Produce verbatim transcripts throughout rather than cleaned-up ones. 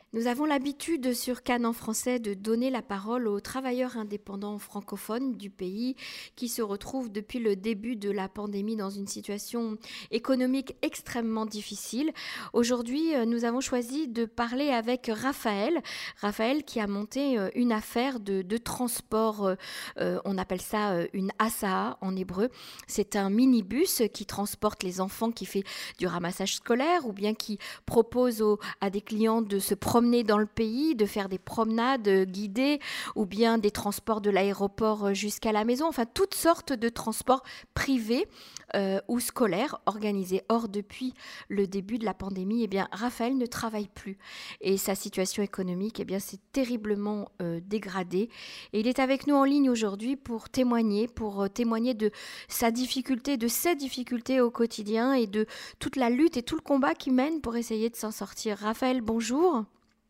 Nous avons l'habitude sur Cannes en français de donner la parole aux travailleurs indépendants francophones du pays qui se retrouvent depuis le début de la pandémie dans une situation économique extrêmement difficile. Aujourd'hui, nous avons choisi de parler avec Raphaël. Raphaël qui a monté une affaire de, de transport, euh, on appelle ça une Asaa en hébreu. C'est un minibus qui transporte les enfants, qui fait du ramassage scolaire ou bien qui propose aux, à des clients de se promener dans le pays, de faire des promenades guidées ou bien des transports de l'aéroport jusqu'à la maison, enfin toutes sortes de transports privés euh, ou scolaires organisés. Or, depuis le début de la pandémie, eh bien, Raphaël ne travaille plus et sa situation économique eh bien, s'est terriblement euh, dégradée. Et il est avec nous en ligne aujourd'hui pour témoigner, pour euh, témoigner de sa difficulté, de ses difficultés au quotidien et de toute la lutte et tout le combat qu'il mène pour essayer de s'en sortir. Raphaël, bonjour.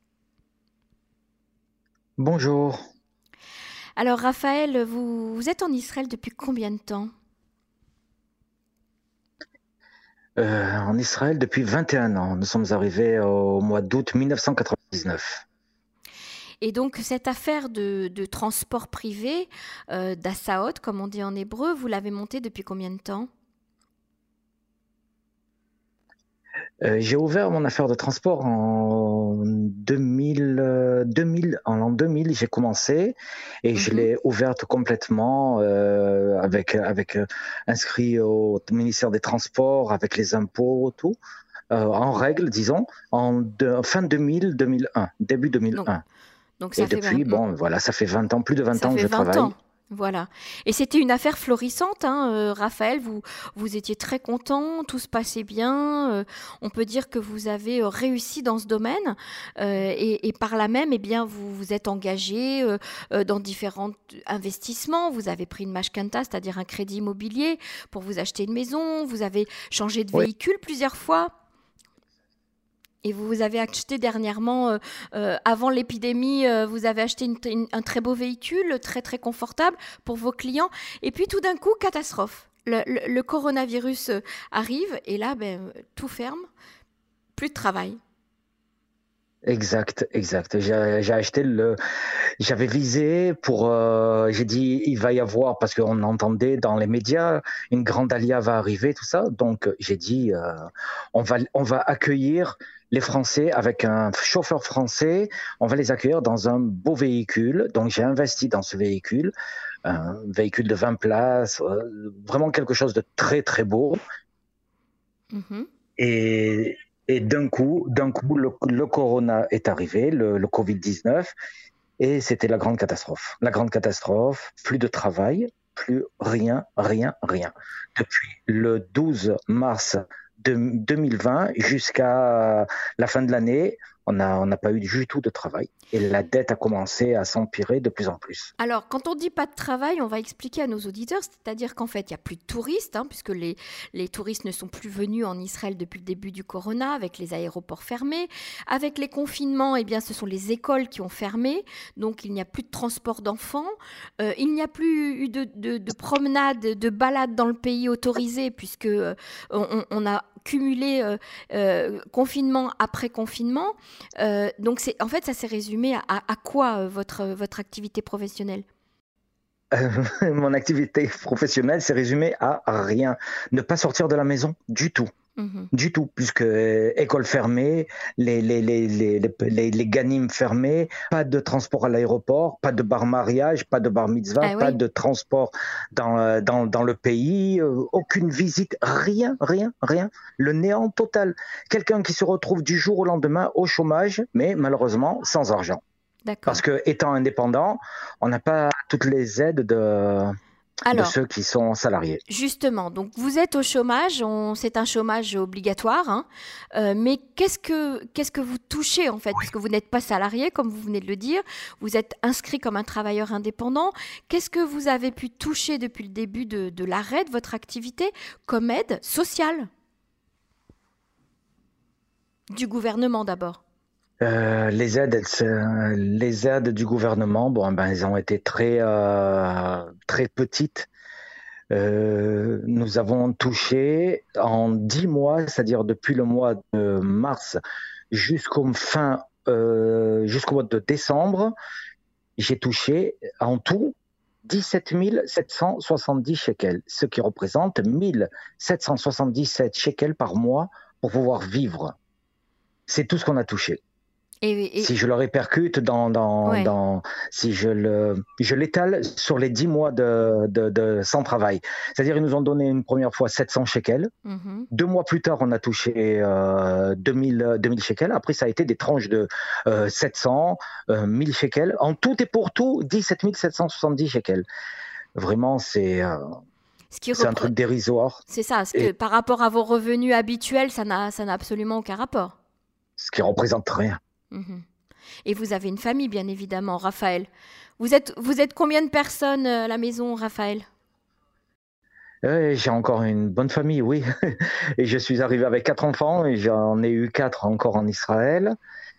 Bonjour. Alors Raphaël, vous, vous êtes en Israël depuis combien de temps ? Euh, en Israël depuis vingt et un ans. Nous sommes arrivés au mois d'août mille neuf cent quatre-vingt-dix-neuf. Et donc cette affaire de, de transport privé, euh, d'Assaot, comme on dit en hébreu, vous l'avez montée depuis combien de temps ? Euh, j'ai ouvert mon affaire de transport en deux mille, euh, deux mille, en l'an deux mille, j'ai commencé et je Mhm. l'ai ouverte complètement euh, avec, avec euh, inscrit au ministère des Transports, avec les impôts, tout, euh, en règle, disons, en de, fin deux mille, deux mille un, début Donc, deux mille un. donc Et ça fait, depuis, bon, voilà, ça fait vingt ans, plus de vingt ça ans que fait je vingt travaille. ans. Voilà. Et c'était une affaire florissante, hein, euh, Raphaël. Vous, vous étiez très content, tout se passait bien. Euh, on peut dire que vous avez euh, réussi dans ce domaine euh, et, et par là même, eh bien, vous vous êtes engagé euh, euh, dans différents investissements. Vous avez pris une mashkanta, c'est-à-dire un crédit immobilier pour vous acheter une maison. Vous avez changé de Oui. véhicule plusieurs fois. Et vous vous avez acheté dernièrement, euh, euh, avant l'épidémie, euh, vous avez acheté une, une, un très beau véhicule, très très confortable pour vos clients. Et puis tout d'un coup, catastrophe. Le, le, le coronavirus euh, arrive et là, ben, tout ferme, plus de travail. Exact, exact. J'ai, j'ai acheté le, j'avais visé pour, euh, j'ai dit il va y avoir parce qu'on entendait dans les médias une grande alia va arriver tout ça, donc j'ai dit euh, on va on va accueillir les Français avec un chauffeur français, on va les accueillir dans un beau véhicule, donc j'ai investi dans ce véhicule, un véhicule de vingt places, euh, vraiment quelque chose de très très beau. Mm-hmm. Et, et d'un coup, d'un coup, le, le corona est arrivé, le, le covid dix-neuf, et c'était la grande catastrophe. La grande catastrophe, plus de travail, plus rien, rien, rien. Depuis le douze mars deux mille vingt jusqu'à la fin de l'année, on n'a on n'a pas eu du tout de travail. Et la dette a commencé à s'empirer de plus en plus. Alors, quand on dit pas de travail, on va expliquer à nos auditeurs, c'est-à-dire qu'en fait, il n'y a plus de touristes, hein, puisque les, les touristes ne sont plus venus en Israël depuis le début du corona, avec les aéroports fermés. Avec les confinements, eh bien, ce sont les écoles qui ont fermé, donc il n'y a plus de transport d'enfants. Euh, il n'y a plus eu de, de, de promenades, de balades dans le pays autorisées, puisque euh, on, on a cumulé euh, euh, confinement après confinement. Euh, donc, c'est, en fait, ça s'est résumé à, à, à quoi euh, votre, votre activité professionnelle ? Euh, mon activité professionnelle s'est résumée à rien. Ne pas sortir de la maison du tout. Mmh. Du tout, puisque euh, école fermée, les, les, les, les, les, les ganimes fermés, pas de transport à l'aéroport, pas de bar mariage, pas de bar mitzvah, Ah pas oui. de transport dans, dans, dans le pays, euh, aucune visite, rien, rien, rien. Le néant total. Quelqu'un qui se retrouve du jour au lendemain au chômage, mais malheureusement sans argent. D'accord. Parce que étant indépendant, on n'a pas toutes les aides de... Alors, de ceux qui sont salariés. Justement, donc vous êtes au chômage, on, c'est un chômage obligatoire, hein, euh, mais qu'est-ce que, qu'est-ce que vous touchez en fait, puisque vous n'êtes pas salarié, comme vous venez de le dire, vous êtes inscrit comme un travailleur indépendant. Qu'est-ce que vous avez pu toucher depuis le début de, de l'arrêt de votre activité comme aide sociale ? Du gouvernement d'abord. Euh, les aides, elles, les aides du gouvernement, bon, ben, elles ont été très, euh, très petites. Euh, nous avons touché en dix mois, c'est-à-dire depuis le mois de mars jusqu'au fin euh, jusqu'au mois de décembre, j'ai touché en tout dix-sept mille sept cent soixante-dix shekels, ce qui représente mille sept cent soixante-dix-sept shekels par mois pour pouvoir vivre. C'est tout ce qu'on a touché. Et, et... Si je le répercute dans, dans, ouais. dans si je le, je l'étale sur les dix mois de, de, de sans travail. C'est-à-dire, ils nous ont donné une première fois sept cents shekels. Mm-hmm. Deux mois plus tard, on a touché euh, deux mille, deux mille shekels. Après, ça a été des tranches de euh, sept cents, euh, mille shekels. En tout et pour tout, dix-sept mille sept cent soixante-dix shekels. Vraiment, c'est, euh, c'est repre... un truc dérisoire. C'est ça, parce que et... par rapport à vos revenus habituels, ça n'a, ça n'a absolument aucun rapport. Ce qui représente rien. Mmh. Et vous avez une famille, bien évidemment, Raphaël. Vous êtes, vous êtes combien de personnes à la maison, Raphaël ? euh, J'ai encore une bonne famille, oui. Et je suis arrivé avec quatre enfants et j'en ai eu quatre encore en Israël.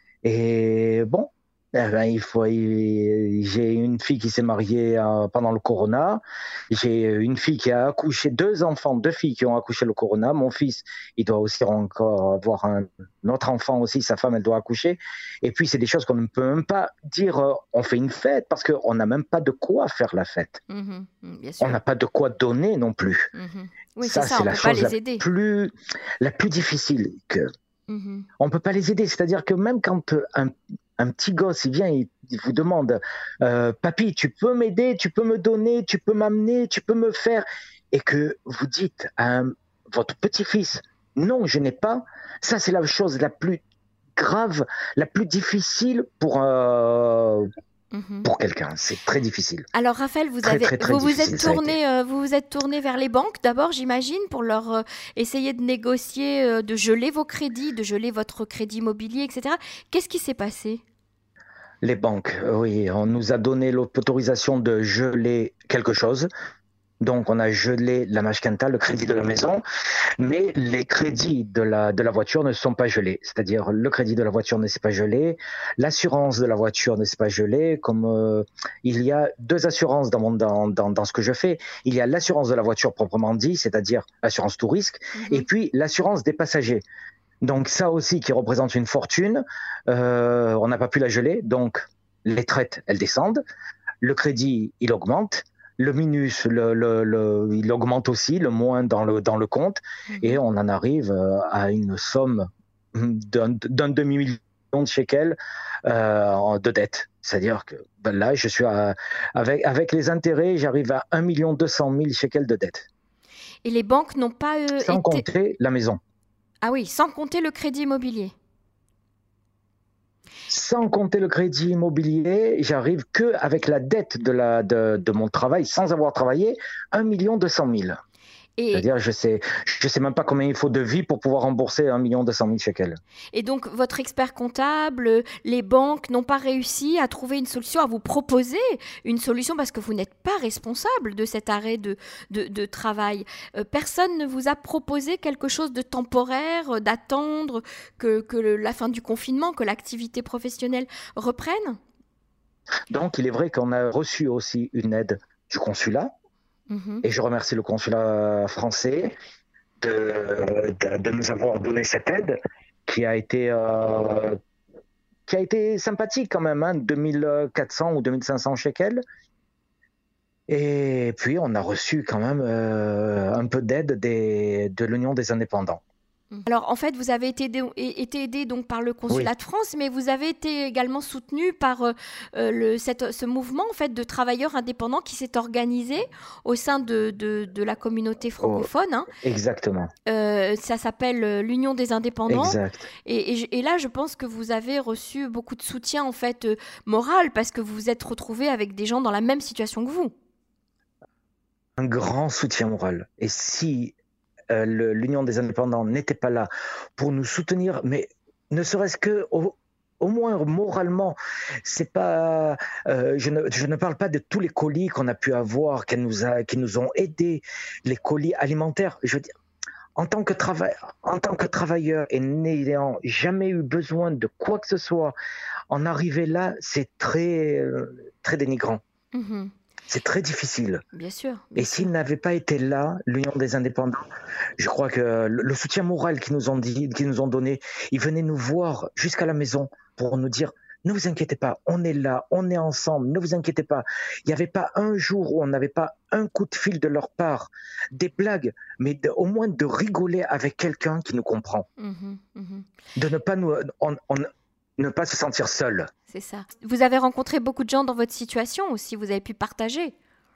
Et bon, eh ben, il faut, j'ai une fille qui s'est mariée euh, pendant le corona. J'ai une fille qui a accouché, deux enfants, deux filles qui ont accouché le corona. Mon fils, il doit aussi encore avoir un, un autre enfant aussi. Sa femme, elle doit accoucher. Et puis, c'est des choses qu'on ne peut même pas dire, euh, on fait une fête, parce qu'on n'a même pas de quoi faire la fête. Mmh, bien sûr. On n'a pas de quoi donner non plus. Mmh. Oui, ça, c'est, ça, c'est la chose la plus, la plus difficile. Que mmh. On ne peut pas les aider. C'est-à-dire que même quand un Un petit gosse, il vient, il, il vous demande euh, « Papy, tu peux m'aider, tu peux me donner, tu peux m'amener, tu peux me faire ?» et que vous dites à un, votre petit-fils « Non, je n'ai pas », ça c'est la chose la plus grave, la plus difficile pour, euh, mmh. pour quelqu'un. C'est très difficile. Alors Raphaël, vous, très, avez, très, très vous, vous, êtes tourné, euh, vous vous êtes tourné vers les banques d'abord, j'imagine, pour leur euh, essayer de négocier, euh, de geler vos crédits, de geler votre crédit immobilier, et cetera. Qu'est-ce qui s'est passé ? Les banques, oui, on nous a donné l'autorisation de geler quelque chose. Donc, on a gelé la mashkenta, le crédit de la maison, mais les crédits de la, de la voiture ne sont pas gelés. C'est-à-dire, le crédit de la voiture ne s'est pas gelé, l'assurance de la voiture ne s'est pas gelée, comme euh, il y a deux assurances dans, mon, dans, dans, dans ce que je fais. Il y a l'assurance de la voiture proprement dit, c'est-à-dire l'assurance tout risque, mm-hmm. et puis l'assurance des passagers. Donc ça aussi qui représente une fortune, euh, on n'a pas pu la geler, donc les traites, elles descendent, le crédit, il augmente, le minus, le, le, le, il augmente aussi, le moins dans le, dans le compte, mmh. et on en arrive à une somme d'un, d'un demi-million de shekels euh, de dette. C'est-à-dire que ben là, je suis à, avec, avec les intérêts, j'arrive à un million deux cent mille shekels de dette. Et les banques n'ont pas euh, Sans été... compter la maison. Ah oui, sans compter le crédit immobilier. Sans compter le crédit immobilier, j'arrive qu'avec la dette de, la, de, de mon travail, sans avoir travaillé, un million deux cent mille. Et... C'est-à-dire, je sais, je sais même pas combien il faut de vie pour pouvoir rembourser un million deux cent mille shekels. Et donc, votre expert comptable, les banques n'ont pas réussi à trouver une solution, à vous proposer une solution parce que vous n'êtes pas responsable de cet arrêt de, de, de travail. Euh, personne ne vous a proposé quelque chose de temporaire, euh, d'attendre que, que le, la fin du confinement, que l'activité professionnelle reprenne ? Donc, il est vrai qu'on a reçu aussi une aide du consulat. Et je remercie le consulat français de, de, de nous avoir donné cette aide qui a été, euh, qui a été sympathique quand même, hein, deux mille quatre cents ou deux mille cinq cents shekels. Et puis on a reçu quand même euh, un peu d'aide des, de l'Union des indépendants. Alors en fait, vous avez été aidé, été aidé donc par le consulat oui. de France, mais vous avez été également soutenu par euh, le, cette, ce mouvement en fait de travailleurs indépendants qui s'est organisé au sein de, de, de la communauté francophone. Oh, hein. Exactement. Euh, ça s'appelle l'Union des indépendants. Exact. Et, et, et là, je pense que vous avez reçu beaucoup de soutien en fait euh, moral parce que vous vous êtes retrouvé avec des gens dans la même situation que vous. Un grand soutien moral. Et si Euh, le, l'Union des indépendants n'était pas là pour nous soutenir, mais ne serait-ce que au, au moins moralement, c'est pas, euh, je, ne, je ne parle pas de tous les colis qu'on a pu avoir, qui nous, a, qui nous ont aidés, les colis alimentaires. Je veux dire, en tant que, trava- en tant que travailleur et n'ayant jamais eu besoin de quoi que ce soit, en arriver là, c'est très, euh, très dénigrant. Mmh. C'est très difficile. Bien sûr. Bien Et sûr. s'ils n'avaient pas été là, l'Union des indépendants, je crois que le, le soutien moral qu'ils nous ont dit, qu'ils nous ont donné, ils venaient nous voir jusqu'à la maison pour nous dire ne vous inquiétez pas, on est là, on est ensemble, ne vous inquiétez pas. Il n'y avait pas un jour où on n'avait pas un coup de fil de leur part, des blagues, mais de- au moins de rigoler avec quelqu'un qui nous comprend, Mhm, mhm. de ne pas nous, on- on- ne pas se sentir seul. C'est ça. Vous avez rencontré beaucoup de gens dans votre situation aussi, vous avez pu partager.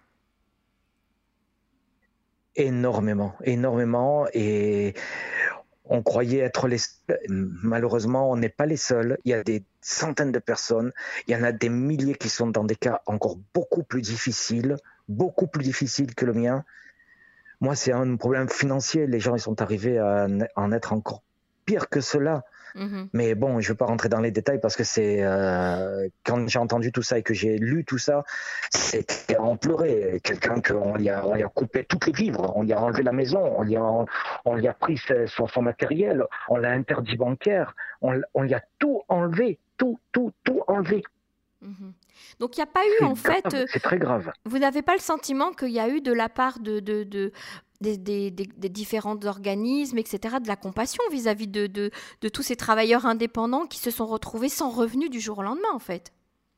Énormément, énormément. Et on croyait être les seuls. Malheureusement, on n'est pas les seuls. Il y a des centaines de personnes. Il y en a des milliers qui sont dans des cas encore beaucoup plus difficiles, beaucoup plus difficiles que le mien. Moi, c'est un problème financier. Les gens, ils sont arrivés à en être encore pire que cela. Mhm. Mais bon, je ne veux pas rentrer dans les détails parce que c'est euh, quand j'ai entendu tout ça et que j'ai lu tout ça, c'était en pleurer. Quelqu'un qu'on lui a, on lui a coupé toutes les vivres, on lui a enlevé la maison, on lui a, on lui a pris son, son matériel, on l'a interdit bancaire, on, on lui a tout enlevé, tout, tout, tout enlevé. Mhm. Donc il n'y a pas eu C'est en fait, grave, euh, c'est très grave. vous n'avez pas le sentiment qu'il y a eu de la part de, de, de- des, des- des- des différents organismes, et cetera, de la compassion vis-à-vis de, de, de tous ces travailleurs indépendants qui se sont retrouvés sans revenus du jour au lendemain en fait.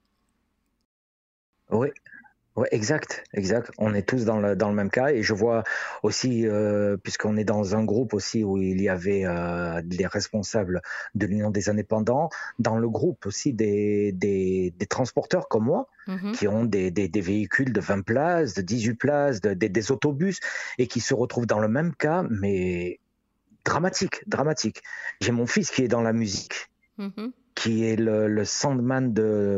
Oui. Ouais, exact, exact. On est tous dans le, dans le même cas et je vois aussi, euh, puisqu'on est dans un groupe aussi où il y avait euh, les responsables de l'Union des indépendants, dans le groupe aussi des, des, des transporteurs comme moi, Mhm. qui ont des, des, des véhicules de vingt places, de dix-huit places, de- des- des autobus et qui se retrouvent dans le même cas, mais dramatique, dramatique. J'ai mon fils qui est dans la musique, Mhm. qui est le, le soundman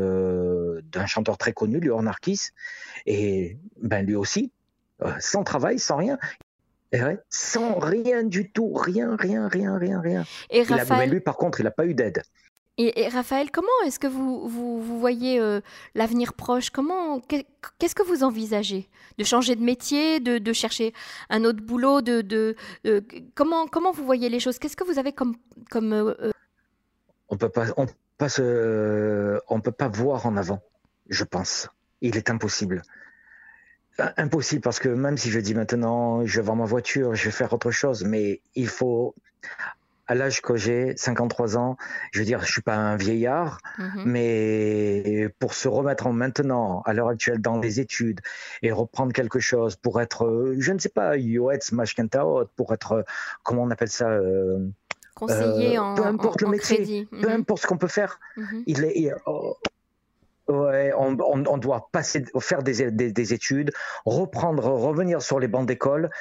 de, d'un chanteur très connu, Léon Narquis, et ben lui aussi, euh, sans travail, sans rien, et ouais, sans rien du tout, rien, rien, rien, rien, rien. Et Il a, mais Raphaël, lui, par contre, il n'a pas eu d'aide. et, et Raphaël, comment est-ce que vous, vous, vous voyez euh, l'avenir proche? Comment, qu'est- qu'est-ce que vous envisagez? De changer de métier, de, de chercher un autre boulot, de, de, de- comment, comment vous voyez les choses? Qu'est-ce que vous avez comme, comme euh, euh, On peut pas, on peut pas se, on peut pas voir en avant, je pense. Il est impossible. Impossible parce que même si je dis maintenant, je vends ma voiture, je vais faire autre chose, mais il faut, à l'âge que j'ai, cinquante-trois ans, je veux dire, je suis pas un vieillard, mhm. mais pour se remettre en maintenant, à l'heure actuelle, dans les études et reprendre quelque chose pour être, euh, je ne sais pas, Yoetz, Mashkentaot, pour être, euh, comment on appelle ça, euh, Conseiller euh, peu en, en, importe le en métier, crédit? peu Mhm. importe ce qu'on peut faire, Mhm. il est, il- oh, ouais, on, on- on doit passer, faire des, des- des études, reprendre, revenir sur les bancs d'école,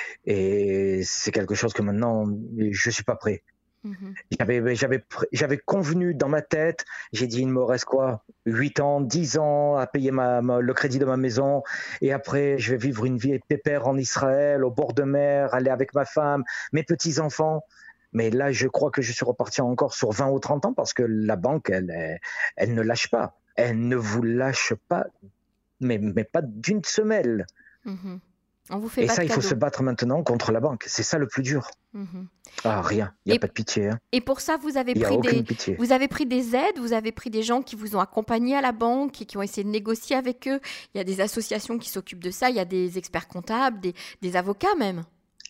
et c'est quelque chose que maintenant, je suis pas prêt. Mhm. J'avais, j'avais, pr- j'avais convenu dans ma tête, j'ai dit, il me reste quoi? huit ans, dix ans à payer ma, ma- le crédit de ma maison, et après, je vais vivre une vie pépère en Israël, au bord de mer, aller avec ma femme, mes petits-enfants. Mais là, je crois que je suis reparti encore sur vingt ou trente ans parce que la banque, elle, elle, elle ne lâche pas. Elle ne vous lâche pas, mais, mais pas d'une semelle. Mhm. On vous fait Et pas de ça, il faut se cadeau. battre maintenant contre la banque. C'est ça le plus dur. Mhm. Ah, rien. Il n'y a Et, pas de pitié. Hein. et pour ça, vous avez Il n'y a pris aucune des, pitié. vous avez pris des aides, vous avez pris des gens qui vous ont accompagné à la banque et qui ont essayé de négocier avec eux. Il y a des associations qui s'occupent de ça, il y a des experts comptables, des, des avocats même.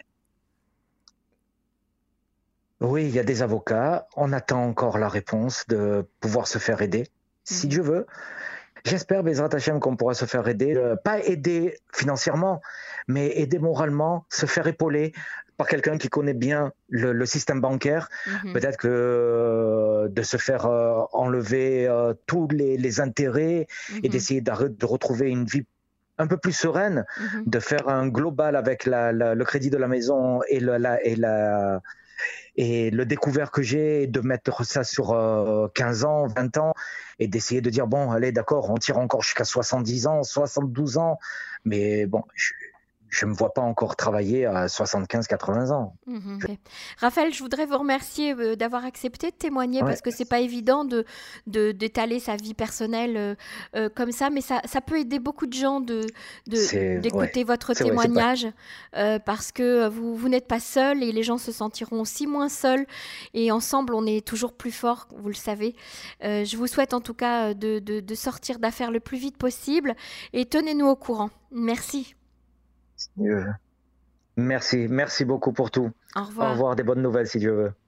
Oui, il y a des avocats. On attend encore la réponse de pouvoir se faire aider. Si Mhm. Dieu veut. J'espère, Bezrat Hachem, qu'on pourra se faire aider. Euh, pas aider financièrement, mais aider moralement, se faire épauler par quelqu'un qui connaît bien le, le système bancaire. Mhm. Peut-être que euh, de se faire euh, enlever euh, tous les, les intérêts et Mhm. d'essayer d'arr- de retrouver une vie un peu plus sereine, Mhm. de faire un global avec la, la- le crédit de la maison et, le, la, et, la, et le découvert que j'ai, de mettre ça sur euh, quinze ans, vingt ans, et d'essayer de dire, bon, allez, d'accord, on tire encore jusqu'à soixante-dix ans, soixante-douze ans, mais bon, je, je me vois pas encore travailler à soixante-quinze quatre-vingts ans. Mmh Je mh. Raphaël, je voudrais vous remercier, heu, d'avoir accepté de témoigner ouais, parce que c'est pas évident de de d'étaler sa vie personnelle, heu heu, comme ça, mais ça ça peut aider beaucoup de gens de de c'est ouais, d'écouter votre c'est vrai, c'est pas témoignage, heu, parce que vous vous n'êtes pas seul et les gens se sentiront aussi moins seuls et ensemble, on est toujours plus fort, vous le savez. Heu, je vous souhaite en tout cas, heu, de de de sortir d'affaire le plus vite possible et tenez-nous au courant. Merci. si Dieu veut. Merci, merci beaucoup pour tout. Au Au revoir. revoir, des bonnes nouvelles si Dieu veut.